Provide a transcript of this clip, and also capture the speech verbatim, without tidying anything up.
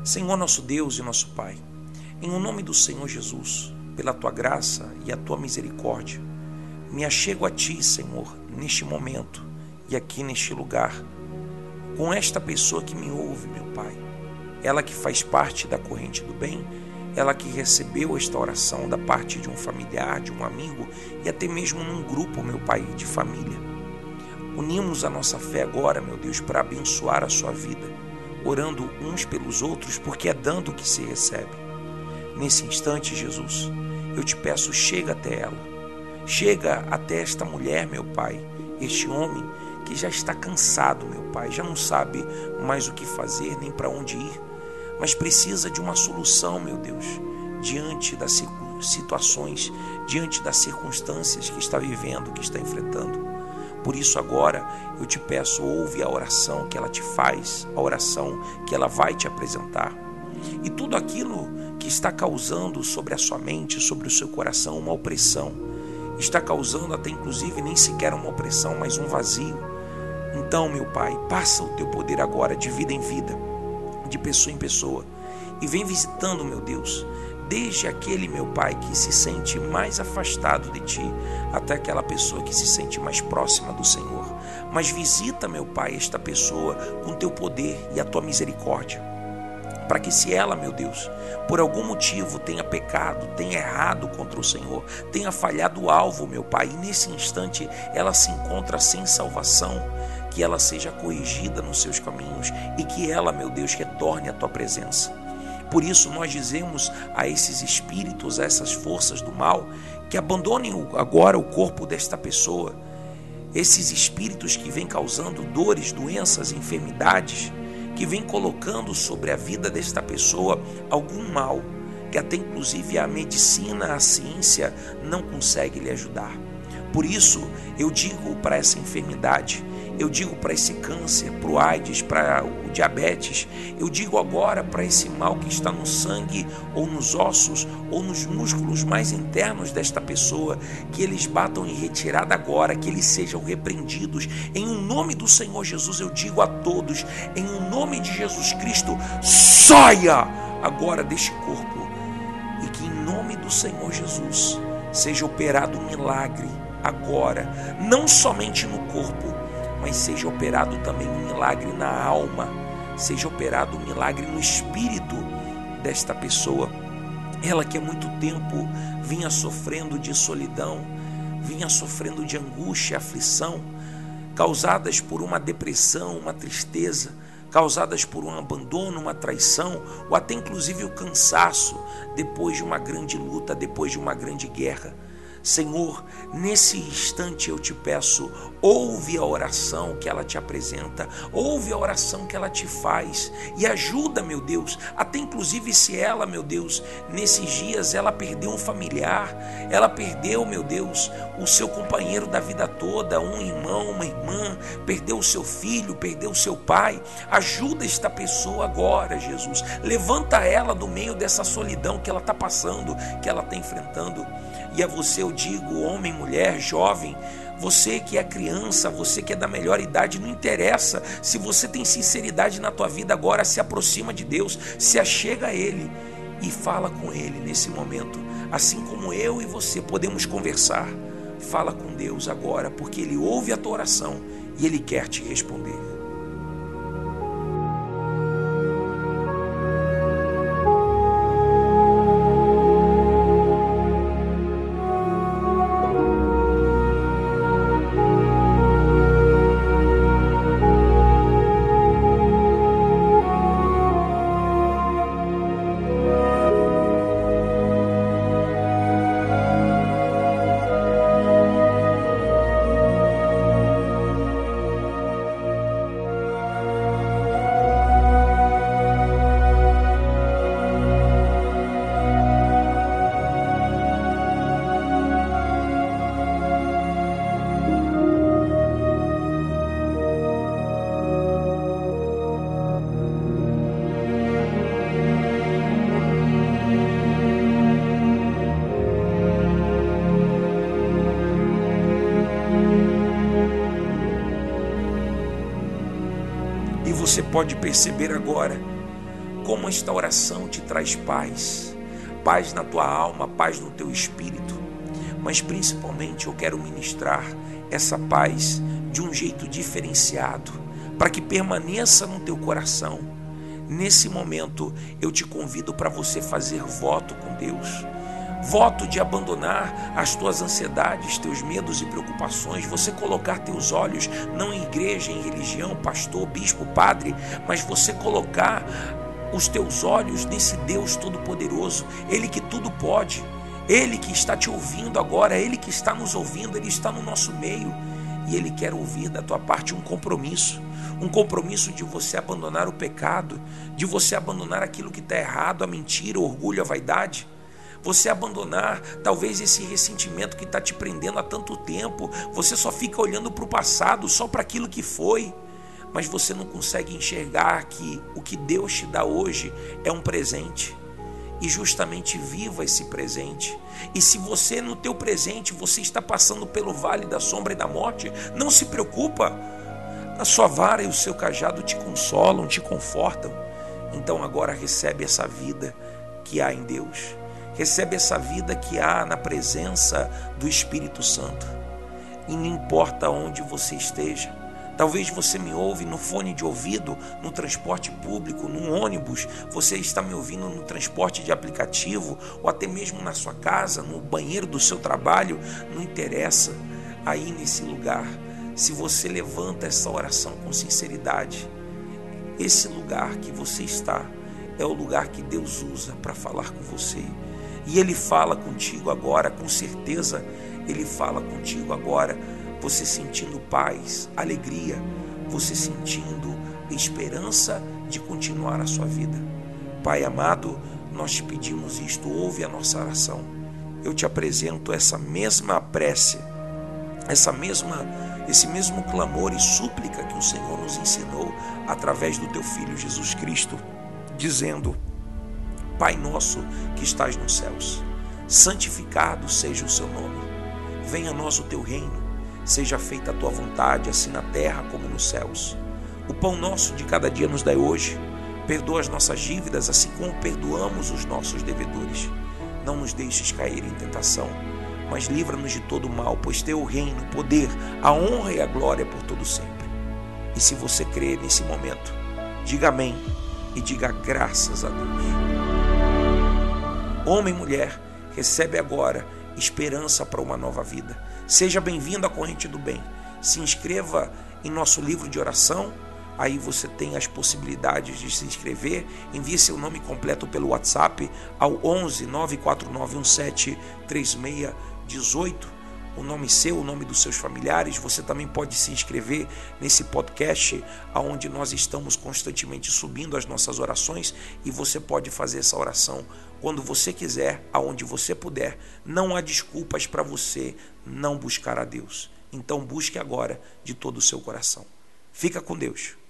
Senhor nosso Deus e nosso Pai, em o nome do Senhor Jesus, pela Tua graça e a Tua misericórdia, me achego a Ti, Senhor, neste momento e aqui neste lugar, com esta pessoa que me ouve, meu Pai, ela que faz parte da corrente do bem, ela que recebeu esta oração da parte de um familiar, de um amigo e até mesmo num grupo, meu Pai, de família. Unimos a nossa fé agora, meu Deus, para abençoar a sua vida, orando uns pelos outros, porque é dando que se recebe. Nesse instante, Jesus, eu te peço, chega até ela. Chega até esta mulher, meu Pai, este homem que já está cansado, meu Pai, já não sabe mais o que fazer, nem para onde ir, mas precisa de uma solução, meu Deus, diante das situações, diante das circunstâncias que está vivendo, que está enfrentando. Por isso agora eu te peço, ouve a oração que ela te faz, a oração que ela vai te apresentar. E tudo aquilo que está causando sobre a sua mente, sobre o seu coração, uma opressão, está causando até inclusive nem sequer uma opressão, mas um vazio. Então, meu Pai, passa o teu poder agora de vida em vida, de pessoa em pessoa, e vem visitando, meu Deus, desde aquele, meu Pai, que se sente mais afastado de Ti, até aquela pessoa que se sente mais próxima do Senhor. Mas visita, meu Pai, esta pessoa com Teu poder e a Tua misericórdia, para que se ela, meu Deus, por algum motivo tenha pecado, tenha errado contra o Senhor, tenha falhado o alvo, meu Pai, e nesse instante ela se encontra sem salvação, que ela seja corrigida nos seus caminhos e que ela, meu Deus, retorne à Tua presença. Por isso nós dizemos a esses espíritos, a essas forças do mal, que abandonem agora o corpo desta pessoa. Esses espíritos que vêm causando dores, doenças, enfermidades, que vêm colocando sobre a vida desta pessoa algum mal, que até inclusive a medicina, a ciência não consegue lhe ajudar. Por isso eu digo para essa enfermidade, eu digo para esse câncer, para o AIDS, para o diabetes, eu digo agora para esse mal que está no sangue ou nos ossos ou nos músculos mais internos desta pessoa, que eles batam em retirada agora, que eles sejam repreendidos. Em o nome do Senhor Jesus eu digo a todos, em o nome de Jesus Cristo, saia agora deste corpo, e que em nome do Senhor Jesus seja operado um milagre agora, não somente no corpo, mas seja operado também um milagre na alma, seja operado um milagre no espírito desta pessoa. Ela que há muito tempo vinha sofrendo de solidão, vinha sofrendo de angústia, aflição, causadas por uma depressão, uma tristeza, causadas por um abandono, uma traição, ou até inclusive o cansaço, depois de uma grande luta, depois de uma grande guerra. Senhor, nesse instante eu te peço, ouve a oração que ela te apresenta, ouve a oração que ela te faz e ajuda, meu Deus, até inclusive se ela, meu Deus, nesses dias ela perdeu um familiar, ela perdeu, meu Deus, o seu companheiro da vida toda, um irmão, uma irmã, perdeu o seu filho, perdeu o seu pai, ajuda esta pessoa agora, Jesus, levanta ela do meio dessa solidão que ela está passando, que ela está enfrentando. E a você eu digo, homem, mulher, jovem, você que é criança, você que é da melhor idade, não interessa. Se você tem sinceridade na tua vida agora, se aproxima de Deus, se achega a Ele e fala com Ele nesse momento. Assim como eu e você podemos conversar, fala com Deus agora, porque Ele ouve a tua oração e Ele quer te responder. Você pode perceber agora como esta oração te traz paz, paz na tua alma, paz no teu espírito, mas principalmente eu quero ministrar essa paz de um jeito diferenciado, para que permaneça no teu coração. Nesse momento eu te convido para você fazer voto com Deus, voto de abandonar as tuas ansiedades, teus medos e preocupações, você colocar teus olhos não em igreja, em religião, pastor, bispo, padre, mas você colocar os teus olhos nesse Deus Todo-Poderoso, Ele que tudo pode, Ele que está te ouvindo agora, Ele que está nos ouvindo, Ele está no nosso meio e Ele quer ouvir da tua parte um compromisso, um compromisso de você abandonar o pecado, de você abandonar aquilo que está errado, a mentira, o orgulho, a vaidade. Você abandonar talvez esse ressentimento que está te prendendo há tanto tempo. Você só fica olhando para o passado, só para aquilo que foi, mas você não consegue enxergar que o que Deus te dá hoje é um presente. E justamente viva esse presente. E se você no teu presente você está passando pelo vale da sombra e da morte, não se preocupa. A sua vara e o seu cajado te consolam, te confortam. Então agora recebe essa vida que há em Deus. Recebe essa vida que há na presença do Espírito Santo. E não importa onde você esteja. Talvez você me ouve no fone de ouvido, no transporte público, num ônibus. Você está me ouvindo no transporte de aplicativo, ou até mesmo na sua casa, no banheiro do seu trabalho. Não interessa. Aí nesse lugar, se você levanta essa oração com sinceridade, esse lugar que você está é o lugar que Deus usa para falar com você. E Ele fala contigo agora, com certeza Ele fala contigo agora, você sentindo paz, alegria, você sentindo esperança de continuar a sua vida. Pai amado, nós te pedimos isto, ouve a nossa oração. Eu te apresento essa mesma prece, essa mesma, esse mesmo clamor e súplica que o Senhor nos ensinou através do teu Filho Jesus Cristo, dizendo: Pai nosso que estás nos céus, santificado seja o seu nome. Venha a nós o teu reino, seja feita a tua vontade, assim na terra como nos céus. O pão nosso de cada dia nos dai hoje. Perdoa as nossas dívidas, assim como perdoamos os nossos devedores. Não nos deixes cair em tentação, mas livra-nos de todo mal, pois teu o reino, o poder, a honra e a glória por todo sempre. E se você crê nesse momento, diga amém e diga graças a Deus. Homem e mulher, recebe agora esperança para uma nova vida. Seja bem-vindo à Corrente do Bem. Se inscreva em nosso livro de oração. Aí você tem as possibilidades de se inscrever. Envie seu nome completo pelo WhatsApp ao onze nove quatro nove um sete três seis um oito. O nome seu, o nome dos seus familiares. Você também pode se inscrever nesse podcast, onde nós estamos constantemente subindo as nossas orações, e você pode fazer essa oração quando você quiser, aonde você puder. Não há desculpas para você não buscar a Deus. Então busque agora de todo o seu coração. Fica com Deus.